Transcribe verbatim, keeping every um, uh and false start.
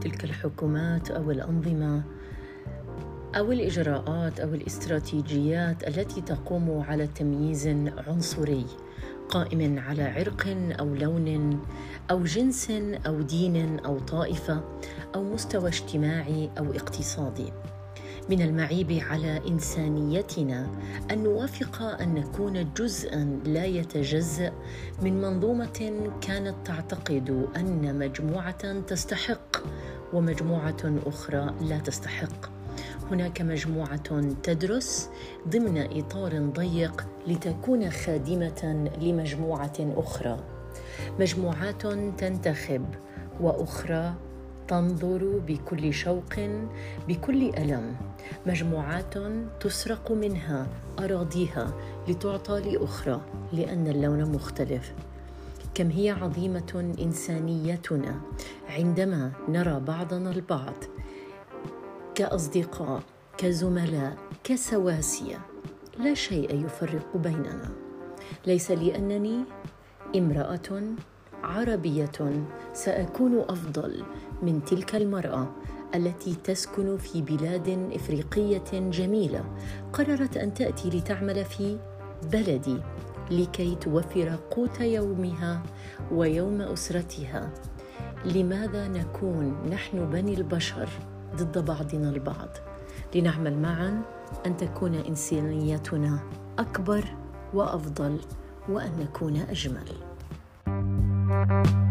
تلك الحكومات أو الأنظمة أو الإجراءات أو الاستراتيجيات التي تقوم على تمييز عنصري قائم على عرق أو لون أو جنس أو دين أو طائفة أو مستوى اجتماعي أو اقتصادي. من المعيب على إنسانيتنا أن نوافق أن نكون جزءاً لا يتجزأ من منظومة كانت تعتقد أن مجموعة تستحق ومجموعة أخرى لا تستحق. هناك مجموعة تدرس ضمن إطار ضيق لتكون خادمة لمجموعة أخرى، مجموعات تنتخب وأخرى تنظر بكل شوق بكل ألم، مجموعات تسرق منها أراضيها لتعطى لأخرى لأن اللون مختلف. كم هي عظيمة إنسانيتنا عندما نرى بعضنا البعض كأصدقاء، كزملاء، كسواسية، لا شيء يفرق بيننا. ليس لأنني امرأة عربية سأكون أفضل من تلك المرأة التي تسكن في بلاد إفريقية جميلة قررت أن تأتي لتعمل في بلدي لكي توفر قوت يومها ويوم أسرتها. لماذا نكون نحن بني البشر ضد بعضنا البعض؟ لنعمل معا أن تكون إنسانيتنا أكبر وأفضل وأن نكون أجمل.